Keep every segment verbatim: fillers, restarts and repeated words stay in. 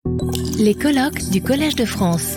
Les colloques du Collège de France.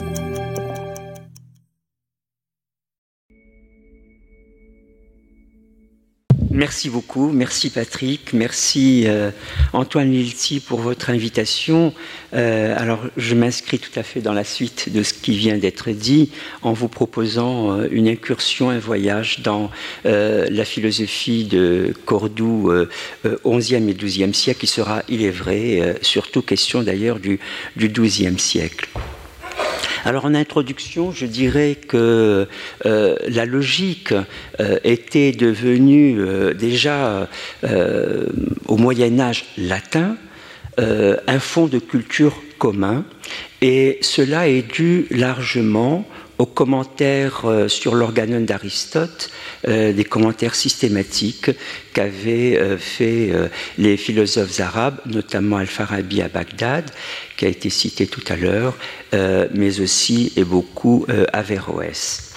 Merci beaucoup, merci Patrick, merci euh, Antoine Lilti pour votre invitation. Euh, alors je m'inscris tout à fait dans la suite de ce qui vient d'être dit en vous proposant euh, une incursion, un voyage dans euh, la philosophie de Cordoue euh, euh, onzième et douzième siècle, qui sera, il est vrai, euh, surtout question d'ailleurs du, du douzième siècle. Alors en introduction, je dirais que euh, la logique euh, était devenue euh, déjà euh, au Moyen-Âge latin euh, un fond de culture commun, et cela est dû largement aux commentaires euh, sur l'Organon d'Aristote, euh, des commentaires systématiques qu'avaient euh, fait euh, les philosophes arabes, notamment Al-Farabi à Bagdad, qui a été cité tout à l'heure, euh, mais aussi et beaucoup euh, Averroès.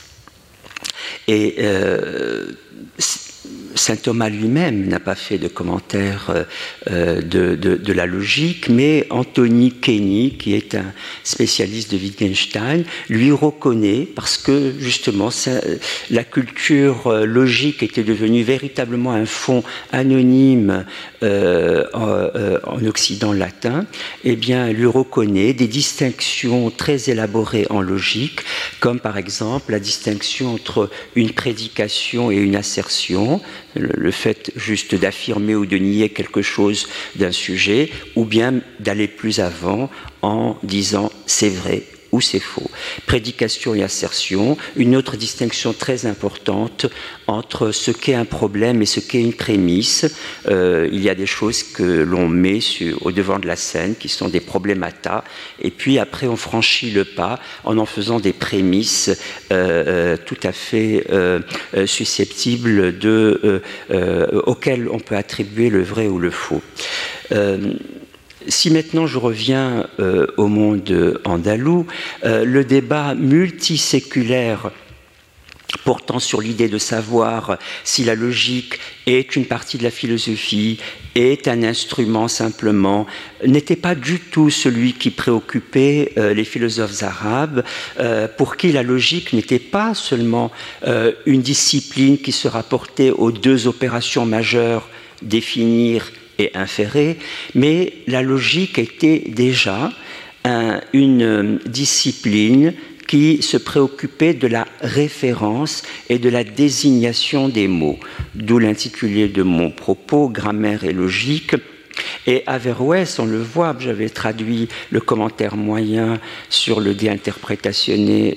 Et euh, Saint Thomas lui-même n'a pas fait de commentaire euh, de, de, de la logique, mais Anthony Kenny, qui est un spécialiste de Wittgenstein, lui reconnaît, parce que justement ça, la culture logique était devenue véritablement un fond anonyme euh, en, en Occident latin, eh bien, lui reconnaît des distinctions très élaborées en logique, comme par exemple la distinction entre une prédication et une assertion, le fait juste d'affirmer ou de nier quelque chose d'un sujet, ou bien d'aller plus avant en disant c'est vrai ou c'est faux. Prédication et assertion, une autre distinction très importante entre ce qu'est un problème et ce qu'est une prémisse. Euh, il y a des choses que l'on met sur, au devant de la scène qui sont des problémata, et puis après on franchit le pas en en faisant des prémisses euh, tout à fait euh, susceptibles de, euh, euh, auxquelles on peut attribuer le vrai ou le faux. Euh, Si maintenant je reviens euh, au monde andalou, euh, le débat multiséculaire portant sur l'idée de savoir si la logique est une partie de la philosophie, est un instrument simplement, n'était pas du tout celui qui préoccupait euh, les philosophes arabes, euh, pour qui la logique n'était pas seulement euh, une discipline qui se rapportait aux deux opérations majeures, définir et inféré, mais la logique était déjà un, une discipline qui se préoccupait de la référence et de la désignation des mots, d'où l'intitulé de mon propos, Grammaire et logique. Et Averroès, on le voit, j'avais traduit le commentaire moyen sur le De Interpretatione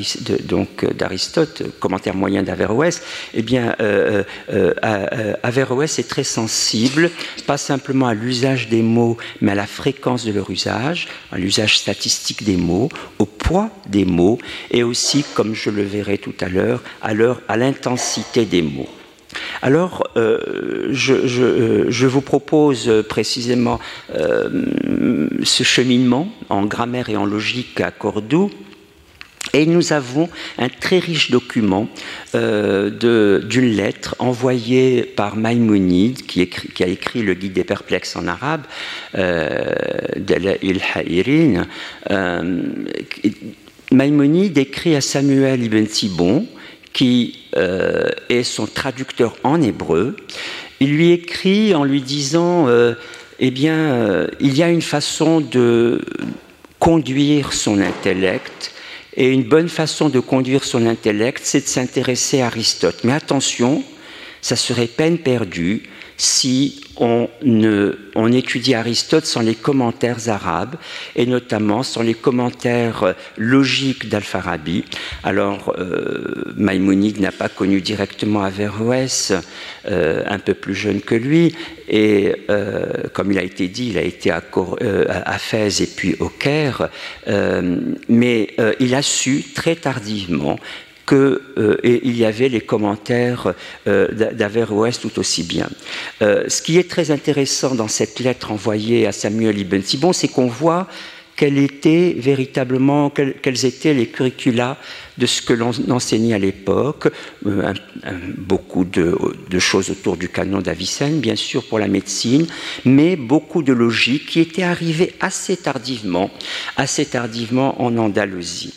d'Aristote, commentaire moyen d'Averroès. Eh bien, euh, euh, euh, Averroès est très sensible, pas simplement à l'usage des mots, mais à la fréquence de leur usage, à l'usage statistique des mots, au poids des mots, et aussi, comme je le verrai tout à l'heure, à l'heure, à l'intensité des mots. Alors, euh, je, je, je vous propose précisément euh, ce cheminement en grammaire et en logique à Cordoue. Et nous avons un très riche document euh, de, d'une lettre envoyée par Maïmonide, qui, écrit, qui a écrit le Guide des perplexes en arabe, euh, Dala'il Haïrin. Euh, Maïmonide écrit à Samuel ibn Thibon, qui euh, est son traducteur en hébreu. Il lui écrit en lui disant euh, eh bien, euh, il y a une façon de conduire son intellect, et une bonne façon de conduire son intellect, c'est de s'intéresser à Aristote. Mais attention, ça serait peine perdue si on, ne, on étudie Aristote sans les commentaires arabes, et notamment sans les commentaires logiques d'Al-Farabi. Alors, euh, Maïmonide n'a pas connu directement Averroès, euh, un peu plus jeune que lui, et euh, comme il a été dit, il a été à, Cor- euh, à Fès et puis au Caire, euh, mais euh, il a su très tardivement que euh, et il y avait les commentaires euh, d'Averroès tout aussi bien. Euh, ce qui est très intéressant dans cette lettre envoyée à Samuel ibn Thibon, c'est qu'on voit quels étaient véritablement, quels, quels étaient les curricula de ce que l'on enseignait à l'époque. Euh, un, un, beaucoup de, de choses autour du canon d'Avicenne, bien sûr, pour la médecine, mais beaucoup de logique qui était arrivée assez tardivement, assez tardivement en Andalousie.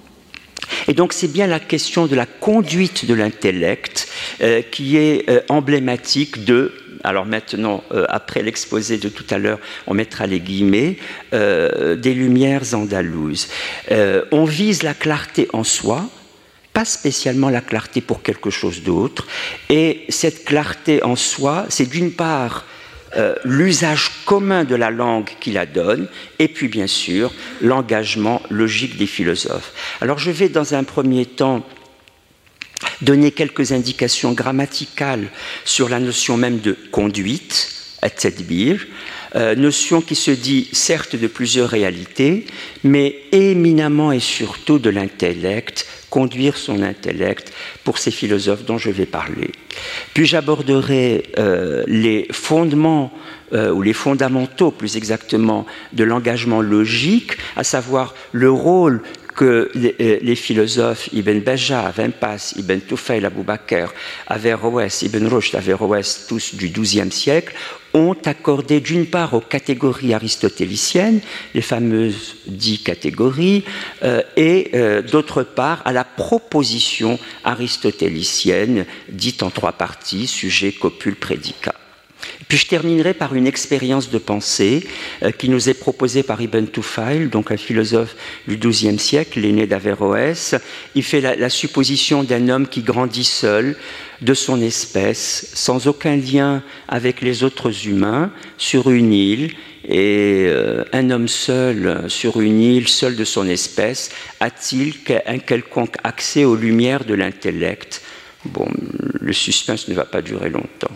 Et donc c'est bien la question de la conduite de l'intellect euh, qui est euh, emblématique de, alors maintenant, euh, après l'exposé de tout à l'heure, on mettra les guillemets, euh, des Lumières andalouses. Euh, on vise la clarté en soi, pas spécialement la clarté pour quelque chose d'autre, et cette clarté en soi, c'est d'une part Euh, l'usage commun de la langue qui la donne, et puis bien sûr l'engagement logique des philosophes. Alors je vais dans un premier temps donner quelques indications grammaticales sur la notion même de conduite, at-tadbir, euh, notion qui se dit certes de plusieurs réalités, mais éminemment et surtout de l'intellect, conduire son intellect pour ces philosophes dont je vais parler. Puis j'aborderai euh, les fondements euh, ou les fondamentaux plus exactement de l'engagement logique, à savoir le rôle que les, les philosophes Ibn Bajjah, Avimpas, Ibn Tufayl, Abou Bakr, Averroès, Ibn Rushd, Averroès, tous du douzième siècle, ont accordé d'une part aux catégories aristotéliciennes, les fameuses dix catégories, euh, et euh, d'autre part à la proposition aristotélicienne, dite en trois parties, sujet, copule, prédicat. Puis je terminerai par une expérience de pensée euh, qui nous est proposée par Ibn Tufayl, donc un philosophe du douzième siècle, l'aîné d'Averroès. Il fait la, la supposition d'un homme qui grandit seul, de son espèce, sans aucun lien avec les autres humains, sur une île. Et euh, un homme seul sur une île, seul de son espèce, a-t-il un quelconque accès aux lumières de l'intellect? Bon, le suspense ne va pas durer longtemps.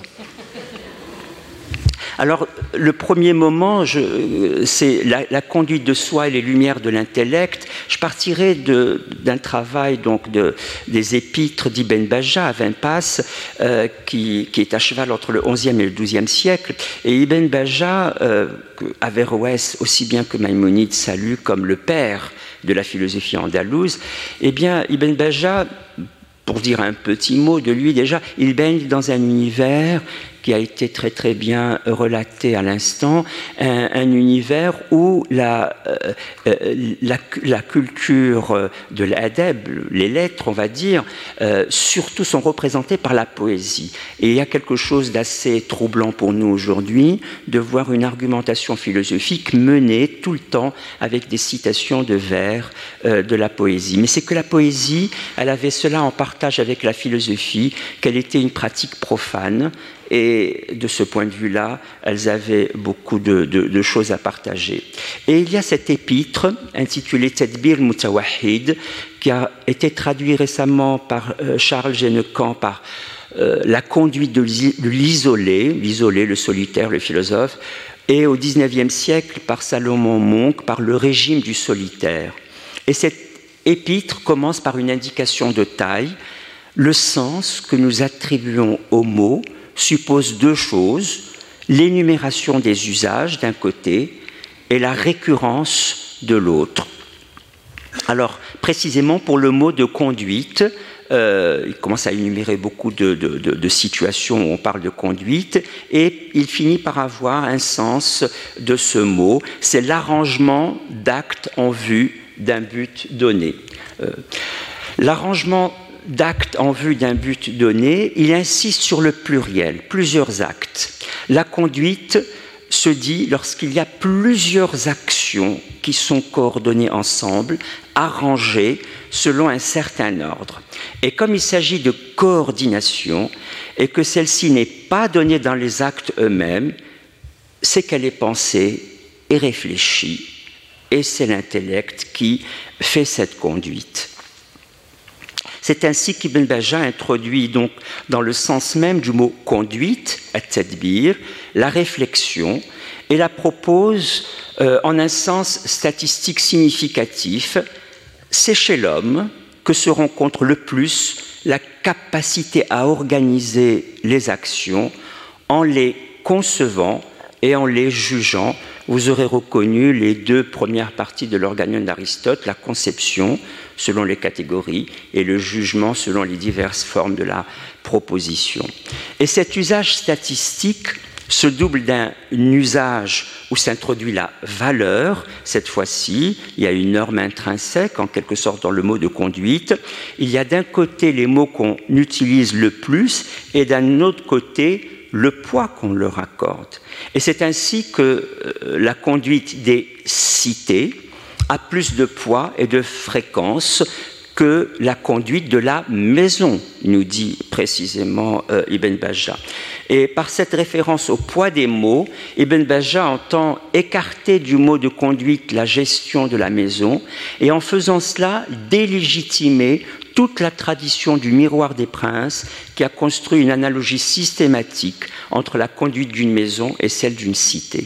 Alors, le premier moment, je, c'est la, la conduite de soi et les lumières de l'intellect. Je partirai de, d'un travail donc de, des épîtres d'Ibn Bajjah, Avimpas, euh, qui, qui est à cheval entre le onzième et le douzième siècle. Et Ibn Bajjah, euh, Averroès, aussi bien que Maïmonide, salue comme le père de la philosophie andalouse. Eh bien, Ibn Bajjah, pour dire un petit mot de lui déjà, il baigne dans un univers qui a été très très bien relaté à l'instant, un, un univers où la, euh, la, la culture de l'adab, les lettres, on va dire, euh, surtout sont représentées par la poésie. Et il y a quelque chose d'assez troublant pour nous aujourd'hui de voir une argumentation philosophique menée tout le temps avec des citations de vers euh, de la poésie. Mais c'est que la poésie, elle avait cela en partage avec la philosophie, qu'elle était une pratique profane. Et de ce point de vue-là, elles avaient beaucoup de, de, de choses à partager. Et il y a cet épître intitulé Tadbir Mutawahhid qui a été traduit récemment par euh, Charles Génécan par euh, la conduite de l'isolé, l'isolé, le solitaire, le philosophe, et au dix-neuvième siècle par Salomon Monk, par le régime du solitaire. Et cet épître commence par une indication de taille. Le sens que nous attribuons aux mots suppose deux choses, l'énumération des usages d'un côté et la récurrence de l'autre. Alors, précisément pour le mot de conduite, euh, il commence à énumérer beaucoup de, de, de, de situations où on parle de conduite, et il finit par avoir un sens de ce mot, c'est l'arrangement d'actes en vue d'un but donné. Euh, l'arrangement d'actes en vue d'un but donné, il insiste sur le pluriel, plusieurs actes. La conduite se dit lorsqu'il y a plusieurs actions qui sont coordonnées ensemble, arrangées selon un certain ordre. Et comme il s'agit de coordination et que celle-ci n'est pas donnée dans les actes eux-mêmes, c'est qu'elle est pensée et réfléchie, et c'est l'intellect qui fait cette conduite. C'est ainsi qu'Ibn Bajjah introduit donc dans le sens même du mot conduite, at-tadbir, la réflexion, et la propose euh, en un sens statistique significatif. C'est chez l'homme que se rencontre le plus la capacité à organiser les actions en les concevant et en les jugeant vous aurez reconnu les deux premières parties de l'organion d'Aristote, la conception selon les catégories et le jugement selon les diverses formes de la proposition. Et cet usage statistique se double d'un usage où s'introduit la valeur. Cette fois-ci, il y a une norme intrinsèque, en quelque sorte, dans le mot de conduite. Il y a d'un côté les mots qu'on utilise le plus et d'un autre côté le poids qu'on leur accorde. Et c'est ainsi que la conduite des cités a plus de poids et de fréquence que la conduite de la maison, nous dit précisément euh, Ibn Bajjah. Et par cette référence au poids des mots, Ibn Bajjah entend écarter du mot de conduite la gestion de la maison et en faisant cela délégitimer toute la tradition du miroir des princes qui a construit une analogie systématique entre la conduite d'une maison et celle d'une cité.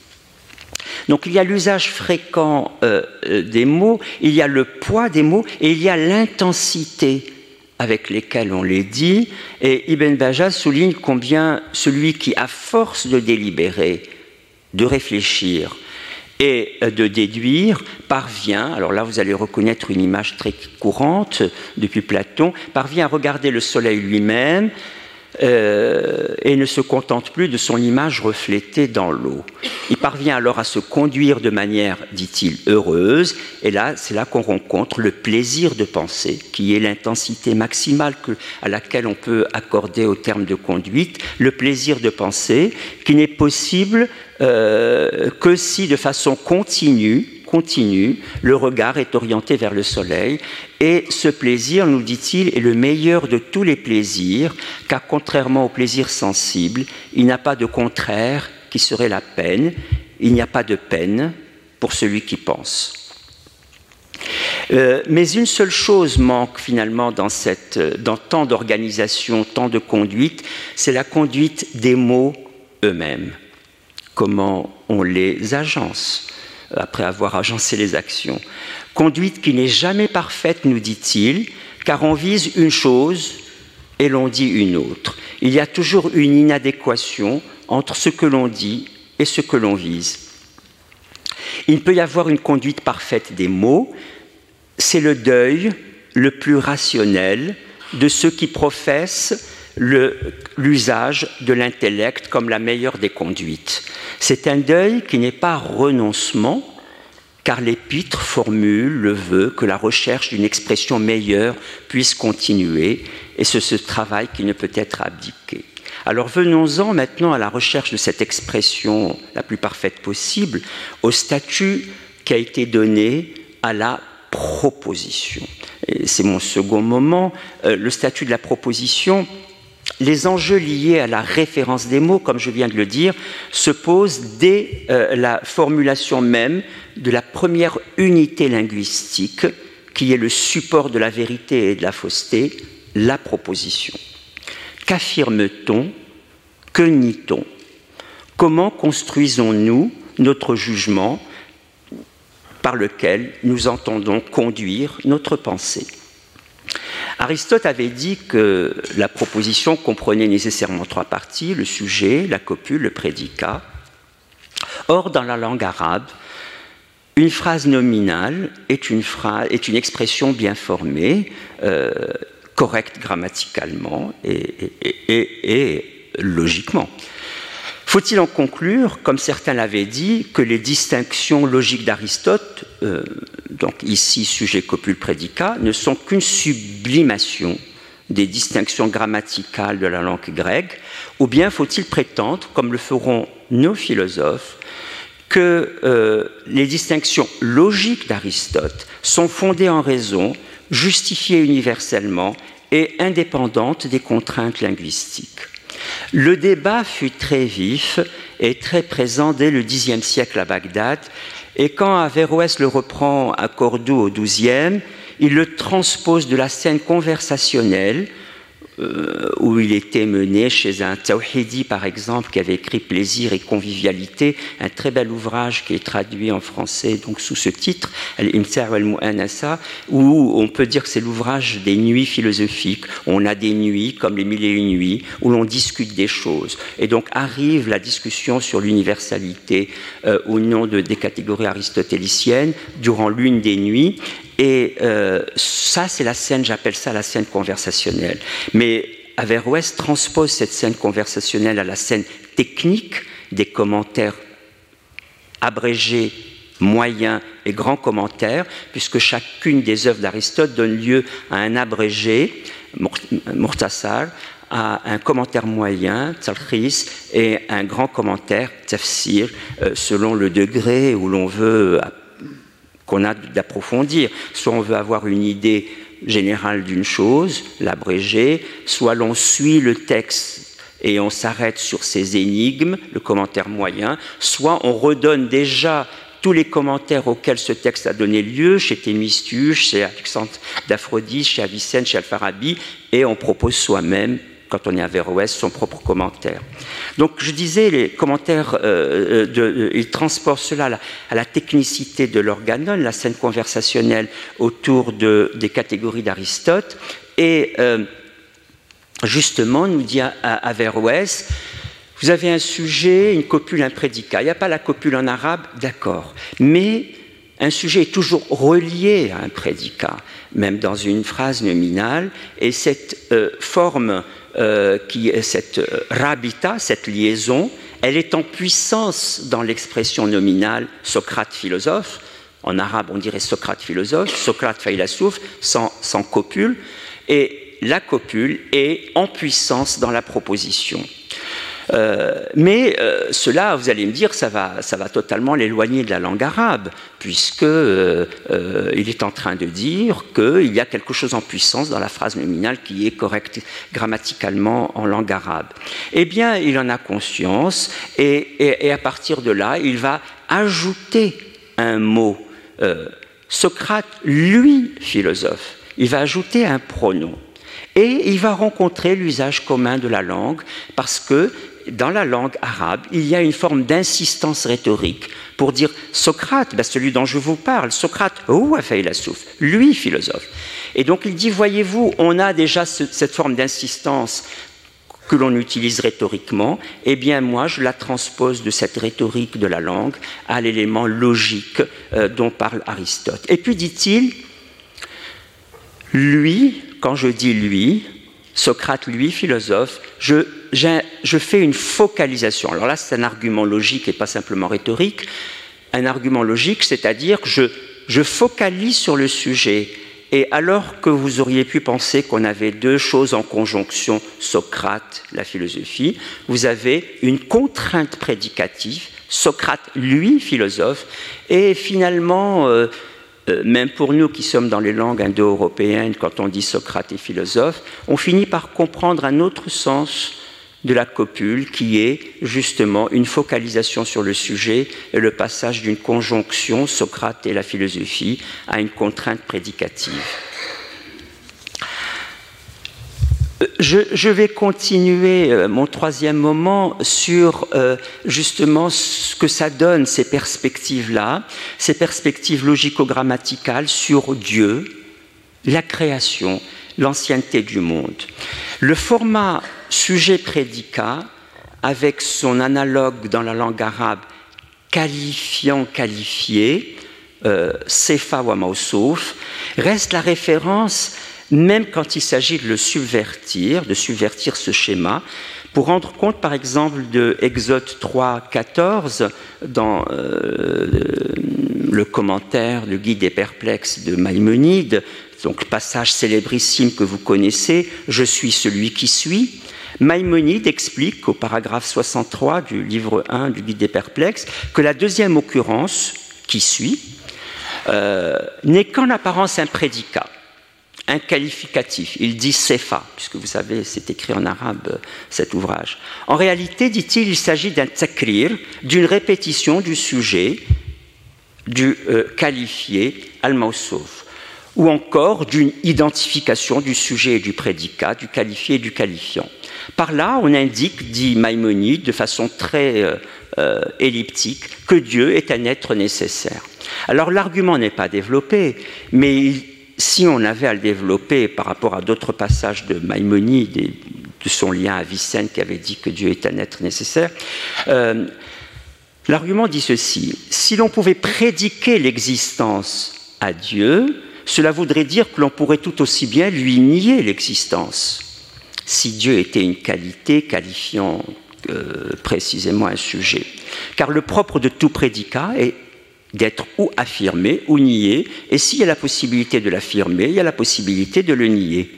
Donc il y a l'usage fréquent euh, des mots, il y a le poids des mots et il y a l'intensité avec lesquelles on les dit. Et Ibn Bajjah souligne combien celui qui, à force de délibérer, de réfléchir et de déduire, parvient, alors là vous allez reconnaître une image très courante depuis Platon, parvient à regarder le soleil lui-même, Euh, et ne se contente plus de son image reflétée dans l'eau. Il parvient alors à se conduire de manière, dit-il, heureuse, et là, c'est là qu'on rencontre le plaisir de penser, qui est l'intensité maximale que, à laquelle on peut accorder au terme de conduite, le plaisir de penser, qui n'est possible euh, que si, de façon continue, continue, le regard est orienté vers le soleil. Et ce plaisir, nous dit-il, est le meilleur de tous les plaisirs, car contrairement au plaisir sensible, il n'y a pas de contraire qui serait la peine, il n'y a pas de peine pour celui qui pense. Euh, mais une seule chose manque finalement dans, cette, dans tant d'organisation, tant de conduite, c'est la conduite des mots eux-mêmes. Comment on les agence après avoir agencé les actions. Conduite qui n'est jamais parfaite, nous dit-il, car on vise une chose et l'on dit une autre. Il y a toujours une inadéquation entre ce que l'on dit et ce que l'on vise. Il ne peut y avoir une conduite parfaite des mots, c'est le deuil le plus rationnel de ceux qui professent le, l'usage de l'intellect comme la meilleure des conduites. C'est un deuil qui n'est pas renoncement, car l'épître formule le vœu que la recherche d'une expression meilleure puisse continuer, et c'est ce travail qui ne peut être abdiqué. Alors venons-en maintenant à la recherche de cette expression la plus parfaite possible, au statut qui a été donné à la proposition. Et c'est mon second moment, euh, le statut de la proposition. Les enjeux liés à la référence des mots, comme je viens de le dire, se posent dès euh, la formulation même de la première unité linguistique, qui est le support de la vérité et de la fausseté, la proposition. Qu'affirme-t-on? Que nie-t-on? Comment construisons-nous notre jugement par lequel nous entendons conduire notre pensée? Aristote avait dit que la proposition comprenait nécessairement trois parties, le sujet, la copule, le prédicat. Or, dans la langue arabe, une phrase nominale est une, phrase, est une expression bien formée, euh, correcte grammaticalement et, et, et, et logiquement. Faut-il en conclure, comme certains l'avaient dit, que les distinctions logiques d'Aristote, euh, donc ici sujet, copule, prédicat, ne sont qu'une sublimation des distinctions grammaticales de la langue grecque, ou bien faut-il prétendre, comme le feront nos philosophes, que euh, les distinctions logiques d'Aristote sont fondées en raison, justifiées universellement et indépendantes des contraintes linguistiques? Le débat fut très vif et très présent dès le dixième siècle à Bagdad, et quand Averroès le reprend à Cordoue au douzième, il le transpose de la scène conversationnelle euh, où il était mené chez un Tawhidi, par exemple, qui avait écrit Plaisir et convivialité, un très bel ouvrage qui est traduit en français donc sous ce titre, Al-Imta' wal-Mu'anasa, où on peut dire que c'est l'ouvrage des nuits philosophiques. On a des nuits, comme les mille et une nuits, où l'on discute des choses. Et donc arrive la discussion sur l'universalité euh, au nom de, des catégories aristotéliciennes durant l'une des nuits. Et euh, ça, c'est la scène, j'appelle ça la scène conversationnelle. Mais Averroès transpose cette scène conversationnelle à la scène technique des commentaires abrégés, moyens et grands commentaires, puisque chacune des œuvres d'Aristote donne lieu à un abrégé, Mukhtasar, à un commentaire moyen, Talkhis, et un grand commentaire, Tafsir, euh, selon le degré où l'on veut qu'on a d'approfondir. Soit on veut avoir une idée générale d'une chose, l'abrégé, soit l'on suit le texte et on s'arrête sur ses énigmes, le commentaire moyen, soit on redonne déjà tous les commentaires auxquels ce texte a donné lieu, chez Thémistius, chez Alexandre d'Aphrodite, chez Avicenne, chez Al-Farabi, et on propose soi-même, quand on est à Averroès, son propre commentaire. Donc je disais, les commentaires, euh, de, de, ils transportent cela à la, à la technicité de l'organon, la scène conversationnelle autour de, des catégories d'Aristote, et euh, justement, nous dit à, à Averroès, vous avez un sujet, une copule, un prédicat. Il n'y a pas la copule en arabe, d'accord, mais un sujet est toujours relié à un prédicat, même dans une phrase nominale, et cette euh, forme Euh, qui est cette euh, rabita, cette liaison, elle est en puissance dans l'expression nominale Socrate philosophe. En arabe, on dirait Socrate philosophe, Socrate philosophe, sans, sans copule. Et la copule est en puissance dans la proposition. Euh, mais euh, cela, vous allez me dire, ça va, ça va totalement l'éloigner de la langue arabe, puisque euh, euh, il est en train de dire qu'il y a quelque chose en puissance dans la phrase nominale qui est correcte grammaticalement en langue arabe. Eh bien, il en a conscience, et, et, et à partir de là, il va ajouter un mot. Euh, Socrate, lui, philosophe, il va ajouter un pronom. Et il va rencontrer l'usage commun de la langue, parce que dans la langue arabe, il y a une forme d'insistance rhétorique pour dire Socrate, ben celui dont je vous parle, Socrate, ouah philosophe, lui philosophe. Et donc il dit, voyez-vous, on a déjà ce, cette forme d'insistance que l'on utilise rhétoriquement, eh bien moi je la transpose de cette rhétorique de la langue à l'élément logique euh, dont parle Aristote. Et puis dit-il, lui, quand je dis lui, Socrate, lui, philosophe, je, je fais une focalisation. Alors là, c'est un argument logique et pas simplement rhétorique. Un argument logique, c'est-à-dire que je, je focalise sur le sujet. Et alors que vous auriez pu penser qu'on avait deux choses en conjonction, Socrate, la philosophie, vous avez une contrainte prédicative, Socrate, lui, philosophe, et finalement... Euh, même pour nous qui sommes dans les langues indo-européennes, quand on dit Socrate et philosophe, on finit par comprendre un autre sens de la copule qui est justement une focalisation sur le sujet et le passage d'une conjonction, Socrate et la philosophie, à une contrainte prédicative. Je, je vais continuer euh, mon troisième moment sur euh, justement ce que ça donne, ces perspectives-là, ces perspectives logico-grammaticales sur Dieu, la création, l'ancienneté du monde. Le format sujet-prédicat, avec son analogue dans la langue arabe, qualifiant-qualifié, euh, Sefa wa Mawsouf, reste la référence même quand il s'agit de le subvertir, de subvertir ce schéma, pour rendre compte par exemple de Exode trois, quatorze, dans euh, le commentaire, le guide des perplexes de Maïmonide, donc passage célébrissime que vous connaissez, « Je suis celui qui suis ». Maïmonide explique au paragraphe soixante-trois du livre un du guide des perplexes que la deuxième occurrence, qui suit, euh, n'est qu'en apparence un prédicat, un qualificatif. Il dit Sefa, puisque vous savez, c'est écrit en arabe, cet ouvrage. En réalité, dit-il, il s'agit d'un takrir, d'une répétition du sujet, du euh, qualifié al-mawsouf. ou encore d'une identification du sujet et du prédicat, du qualifié et du qualifiant. Par là, on indique, dit Maïmonide, de façon très euh, euh, elliptique, que Dieu est un être nécessaire. Alors l'argument n'est pas développé, mais il, si on avait à le développer par rapport à d'autres passages de Maïmonide et de son lien à Vicenne qui avait dit que Dieu est un être nécessaire, euh, l'argument dit ceci: si l'on pouvait prédiquer l'existence à Dieu, cela voudrait dire que l'on pourrait tout aussi bien lui nier l'existence, si Dieu était une qualité qualifiant euh, précisément un sujet. Car le propre de tout prédicat est d'être ou affirmé ou nié, et s'il y a la possibilité de l'affirmer, il y a la possibilité de le nier.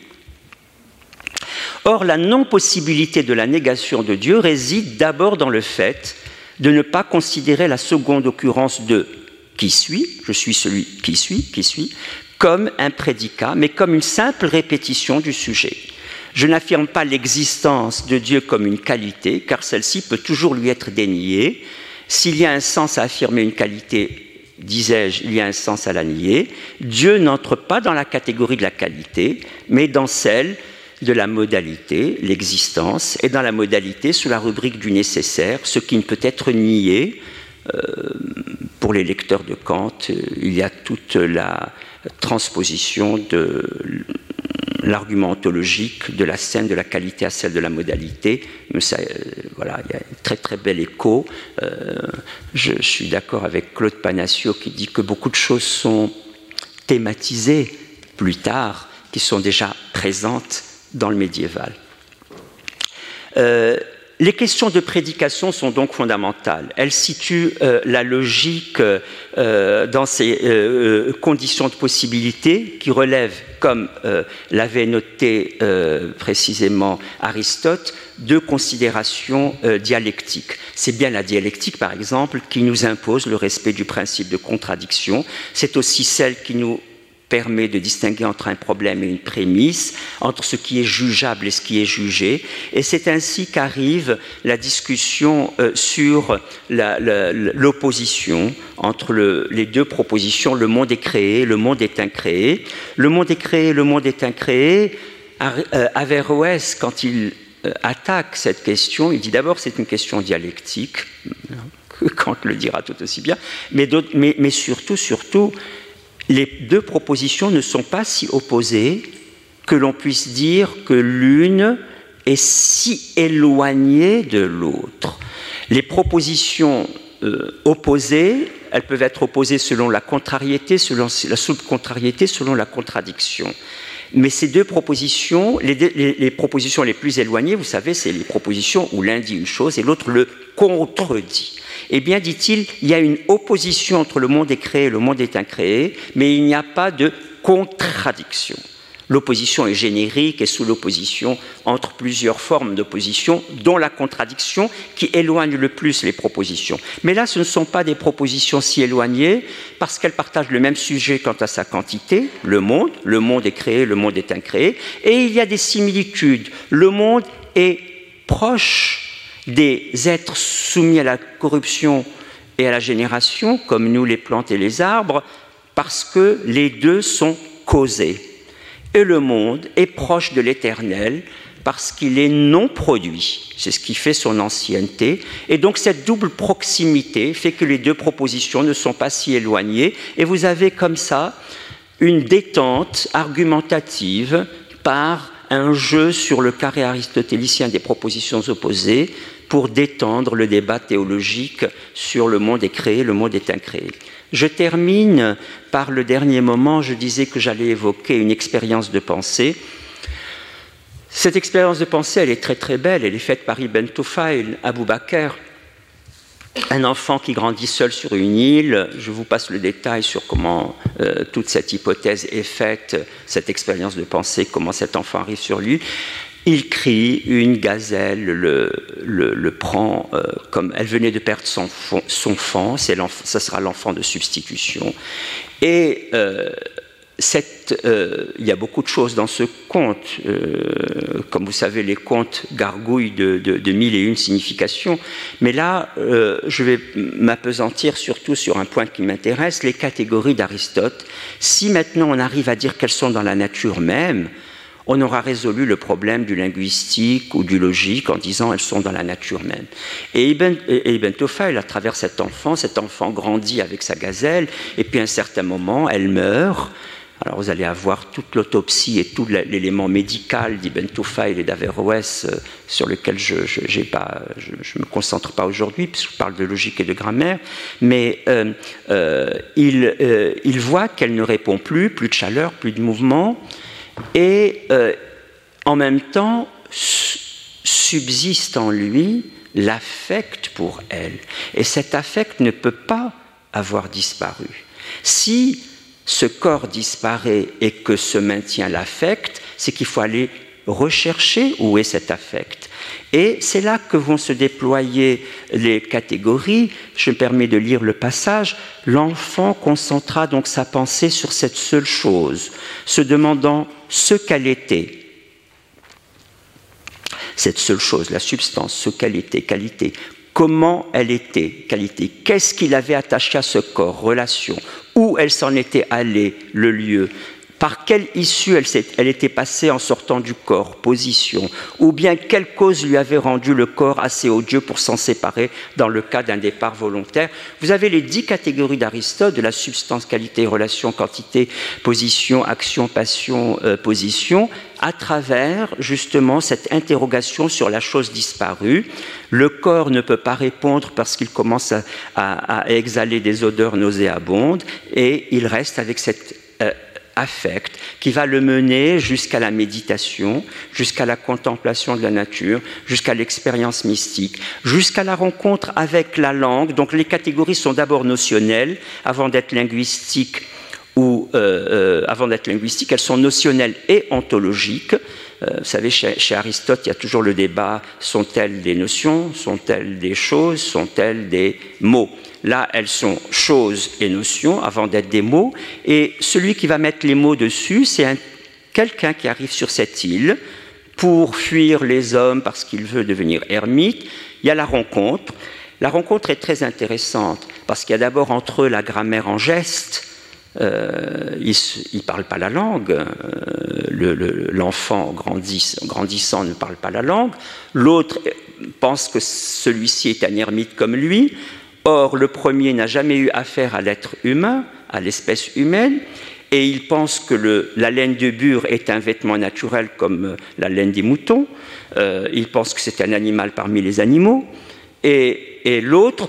Or, la non-possibilité de la négation de Dieu réside d'abord dans le fait de ne pas considérer la seconde occurrence de « qui suis », je suis celui qui suis, qui suis, comme un prédicat, mais comme une simple répétition du sujet. Je n'affirme pas l'existence de Dieu comme une qualité, car celle-ci peut toujours lui être déniée. S'il y a un sens à affirmer une qualité, disais-je, il y a un sens à la nier. Dieu n'entre pas dans la catégorie de la qualité, mais dans celle de la modalité, l'existence, et dans la modalité sous la rubrique du nécessaire, ce qui ne peut être nié. Euh, pour les lecteurs de Kant, il y a toute la transposition de l'argument ontologique de la scène de la qualité à celle de la modalité. Mais ça, euh, voilà, il y a un très très bel écho. Euh, je, je suis d'accord avec Claude Panassio qui dit que beaucoup de choses sont thématisées plus tard, qui sont déjà présentes dans le médiéval. Euh, les questions de prédication sont donc fondamentales. Elles situent euh, la logique euh, dans ces euh, conditions de possibilité qui relèvent, comme euh, l'avait noté euh, précisément Aristote, deux considérations euh, dialectiques. C'est bien la dialectique, par exemple, qui nous impose le respect du principe de contradiction. C'est aussi celle qui nous permet de distinguer entre un problème et une prémisse, entre ce qui est jugeable et ce qui est jugé. Et c'est ainsi qu'arrive la discussion euh, sur la, la, l'opposition entre le, les deux propositions, le monde est créé, le monde est incréé. Le monde est créé, le monde est incréé. Averroès, quand il euh, attaque cette question, il dit d'abord c'est une question dialectique, Kant le dira tout aussi bien, mais, mais, mais surtout, surtout, les deux propositions ne sont pas si opposées que l'on puisse dire que l'une est si éloignée de l'autre. Les propositions euh, opposées, elles peuvent être opposées selon la contrariété, selon la sous-contrariété, selon la contradiction. Mais ces deux propositions, les, les, les propositions les plus éloignées, vous savez, c'est les propositions où l'un dit une chose et l'autre le contredit. Eh bien, dit-il, il y a une opposition entre le monde est créé et le monde est incréé, mais il n'y a pas de contradiction. L'opposition est générique et sous l'opposition entre plusieurs formes d'opposition, dont la contradiction qui éloigne le plus les propositions. Mais là, ce ne sont pas des propositions si éloignées parce qu'elles partagent le même sujet quant à sa quantité, le monde, le monde est créé, le monde est incréé, et il y a des similitudes. Le monde est proche des êtres soumis à la corruption et à la génération, comme nous les plantes et les arbres, parce que les deux sont causés. Et le monde est proche de l'éternel parce qu'il est non produit. C'est ce qui fait son ancienneté. Et donc cette double proximité fait que les deux propositions ne sont pas si éloignées. Et vous avez comme ça une détente argumentative par un jeu sur le carré aristotélicien des propositions opposées pour détendre le débat théologique sur le monde est créé, le monde est incréé. Je termine par le dernier moment. Je disais que j'allais évoquer une expérience de pensée. Cette expérience de pensée, elle est très très belle. Elle est faite par Ibn Tufayl, Abou Bakr, un enfant qui grandit seul sur une île. Je vous passe le détail sur comment euh, toute cette hypothèse est faite, cette expérience de pensée, comment cet enfant arrive sur l'île. Il crie, une gazelle le, le, le prend euh, comme elle venait de perdre son, son fan, c'est ça sera l'enfant de substitution. Et euh, cette, euh, il y a beaucoup de choses dans ce conte. Euh, comme vous savez, les contes gargouillent de, de, de mille et une significations. Mais là, euh, je vais m'appesantir surtout sur un point qui m'intéresse, les catégories d'Aristote. Si maintenant on arrive à dire qu'elles sont dans la nature même, on aura résolu le problème du linguistique ou du logique en disant elles sont dans la nature même. Et Ibn, et Ibn Tufayl, à travers cet enfant, cet enfant grandit avec sa gazelle, et puis à un certain moment, elle meurt. Alors vous allez avoir toute l'autopsie et tout l'élément médical d'Ibn Tufayl et d'Averroès euh, sur lequel je ne me concentre pas aujourd'hui, puisque je parle de logique et de grammaire, mais euh, euh, il, euh, il voit qu'elle ne répond plus, plus de chaleur, plus de mouvement, et euh, en même temps subsiste en lui l'affect pour elle. Et cet affect ne peut pas avoir disparu. Si ce corps disparaît et que se maintient l'affect, c'est qu'il faut aller rechercher où est cet affect. Et c'est là que vont se déployer les catégories. Je me permets de lire le passage. L'enfant concentra donc sa pensée sur cette seule chose, se demandant ce qu'elle était. Cette seule chose, la substance, ce qu'elle était, qualité. Comment elle était, qualité. Qu'est-ce qu'il avait attaché à ce corps, relation. Où elle s'en était allée, le lieu. Par quelle issue elle, elle était passée en sortant du corps, position, ou bien quelle cause lui avait rendu le corps assez odieux pour s'en séparer dans le cas d'un départ volontaire. Vous avez les dix catégories d'Aristote, de la substance, qualité, relation, quantité, position, action, passion, euh, position, à travers justement cette interrogation sur la chose disparue. Le corps ne peut pas répondre parce qu'il commence à, à, à exhaler des odeurs nauséabondes, et il reste avec cette euh, affect qui va le mener jusqu'à la méditation, jusqu'à la contemplation de la nature, jusqu'à l'expérience mystique, jusqu'à la rencontre avec la langue. Donc les catégories sont d'abord notionnelles avant d'être linguistiques ou euh, euh, avant d'être linguistiques, elles sont notionnelles et ontologiques. Euh, vous savez, chez, chez Aristote, il y a toujours le débat, sont-elles des notions, sont-elles des choses, sont-elles des mots? Là, elles sont choses et notions avant d'être des mots. Et celui qui va mettre les mots dessus, c'est un, quelqu'un qui arrive sur cette île pour fuir les hommes parce qu'il veut devenir ermite. Il y a la rencontre. La rencontre est très intéressante parce qu'il y a d'abord entre eux la grammaire en geste. Euh, ils ne parlent pas la langue. Euh, le, le, l'enfant grandis, grandissant ne parle pas la langue. L'autre pense que celui-ci est un ermite comme lui. Or, le premier n'a jamais eu affaire à l'être humain, à l'espèce humaine, et il pense que le, la laine de bure est un vêtement naturel comme la laine des moutons. Euh, il pense que c'est un animal parmi les animaux, et, et l'autre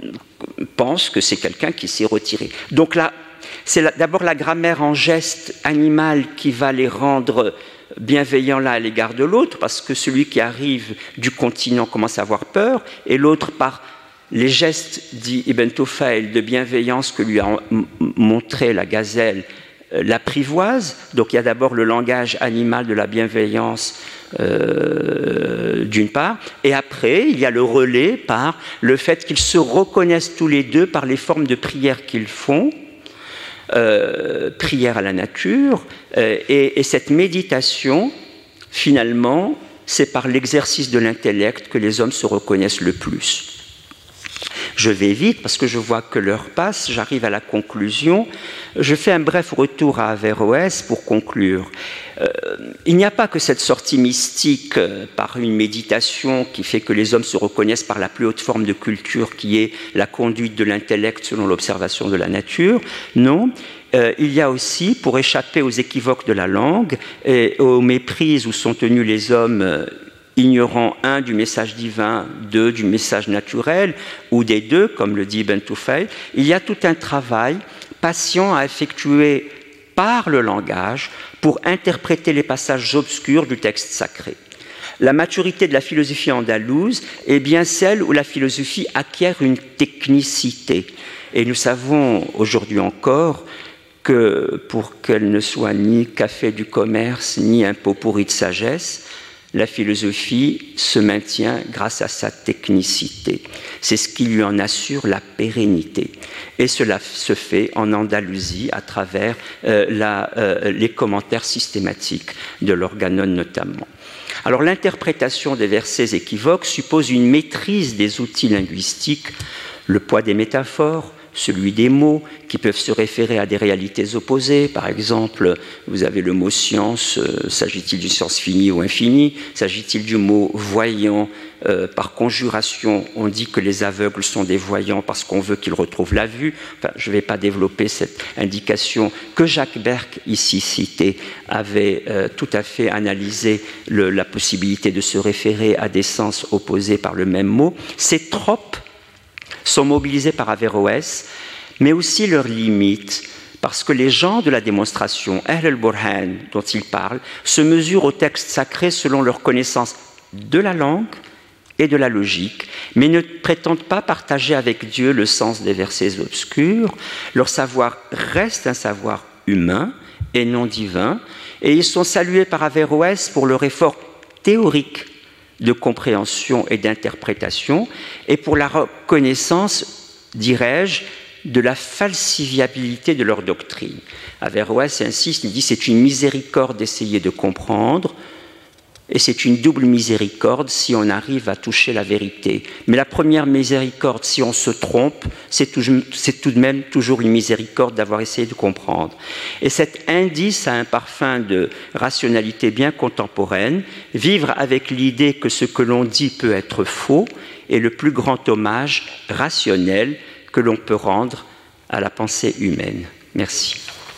pense que c'est quelqu'un qui s'est retiré. Donc là, c'est la, d'abord la grammaire en geste animal qui va les rendre bienveillants l'un à l'égard de l'autre, parce que celui qui arrive du continent commence à avoir peur, et l'autre par les gestes, dit Ibn Tufayl, de bienveillance que lui a montré la gazelle, euh, l'apprivoise. Donc il y a d'abord le langage animal de la bienveillance euh, d'une part, et après il y a le relais par le fait qu'ils se reconnaissent tous les deux par les formes de prière qu'ils font, euh, prière à la nature, euh, et, et cette méditation, finalement, c'est par l'exercice de l'intellect que les hommes se reconnaissent le plus. Je vais vite parce que je vois que l'heure passe, j'arrive à la conclusion. Je fais un bref retour à Averroès pour conclure. Euh, il n'y a pas que cette sortie mystique euh, par une méditation qui fait que les hommes se reconnaissent par la plus haute forme de culture qui est la conduite de l'intellect selon l'observation de la nature. Non, euh, il y a aussi, pour échapper aux équivoques de la langue et aux méprises où sont tenus les hommes euh, ignorant un du message divin, deux du message naturel, ou des deux, comme le dit Ibn Tufayl, il y a tout un travail patient à effectuer par le langage pour interpréter les passages obscurs du texte sacré. La maturité de la philosophie andalouse est bien celle où la philosophie acquiert une technicité. Et nous savons aujourd'hui encore que pour qu'elle ne soit ni café du commerce, ni un pot pourri de sagesse, La philosophie se maintient grâce à sa technicité. C'est ce qui lui en assure la pérennité. Et cela se fait en Andalousie à travers euh, la, euh, les commentaires systématiques de l'Organon notamment. Alors l'interprétation des versets équivoques suppose une maîtrise des outils linguistiques, le poids des métaphores, celui des mots qui peuvent se référer à des réalités opposées. Par exemple, vous avez le mot science, euh, s'agit-il d'une science finie ou infinie? S'agit-il du mot voyant? Euh, par conjuration, on dit que les aveugles sont des voyants parce qu'on veut qu'ils retrouvent la vue. Enfin, je ne vais pas développer cette indication que Jacques Berck, ici cité, avait euh, tout à fait analysé le, la possibilité de se référer à des sens opposés par le même mot. Ces tropes sont mobilisés par Averroès, mais aussi leurs limites, parce que les gens de la démonstration, Ahl al-Burhan, dont il parle, se mesurent au texte sacré selon leur connaissance de la langue et de la logique, mais ne prétendent pas partager avec Dieu le sens des versets obscurs. Leur savoir reste un savoir humain et non divin, et ils sont salués par Averroès pour leur effort théorique de compréhension et d'interprétation, et pour la reconnaissance, dirais-je, de la falsifiabilité de leur doctrine. Averroès insiste, il dit c'est une miséricorde d'essayer de comprendre, et c'est une double miséricorde si on arrive à toucher la vérité. Mais la première miséricorde, si on se trompe, c'est tout, c'est tout de même toujours une miséricorde d'avoir essayé de comprendre. Et cet indice a un parfum de rationalité bien contemporaine. Vivre avec l'idée que ce que l'on dit peut être faux est le plus grand hommage rationnel que l'on peut rendre à la pensée humaine. Merci.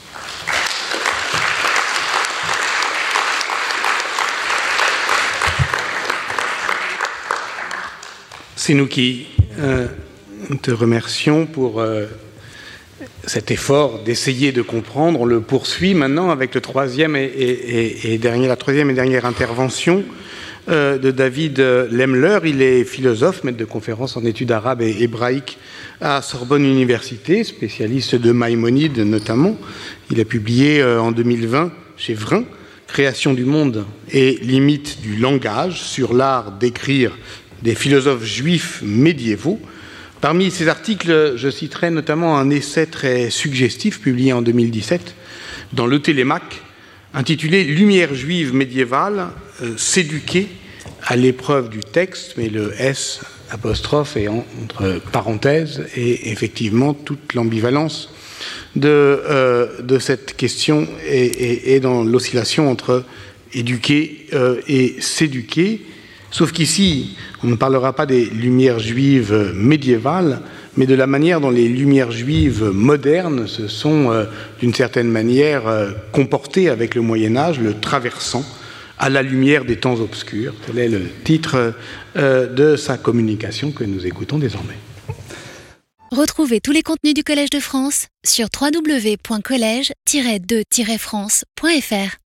C'est nous qui euh, te remercions pour euh, cet effort d'essayer de comprendre. On le poursuit maintenant avec le troisième et, et, et dernier, la troisième et dernière intervention euh, de David Lemler. Il est philosophe, maître de conférences en études arabes et hébraïques à Sorbonne Université, spécialiste de Maïmonide notamment. Il a publié euh, en deux mille vingt chez Vrin « Création du monde et limites du langage » sur l'art d'écrire des philosophes juifs médiévaux. Parmi ces articles, je citerai notamment un essai très suggestif publié en deux mille dix-sept dans le Télémaque, intitulé « Lumière juive médiévale, euh, s'éduquer à l'épreuve du texte », mais le S apostrophe est entre parenthèses, et effectivement toute l'ambivalence de, euh, de cette question est, est, est dans l'oscillation entre éduquer euh, et s'éduquer. Sauf qu'ici, on ne parlera pas des lumières juives médiévales, mais de la manière dont les lumières juives modernes se sont, euh, d'une certaine manière, euh, comportées avec le Moyen-Âge, le traversant à la lumière des temps obscurs. Tel est le titre euh, de sa communication que nous écoutons désormais. Retrouvez tous les contenus du Collège de France sur w w w point collège tiret de tiret france point f r.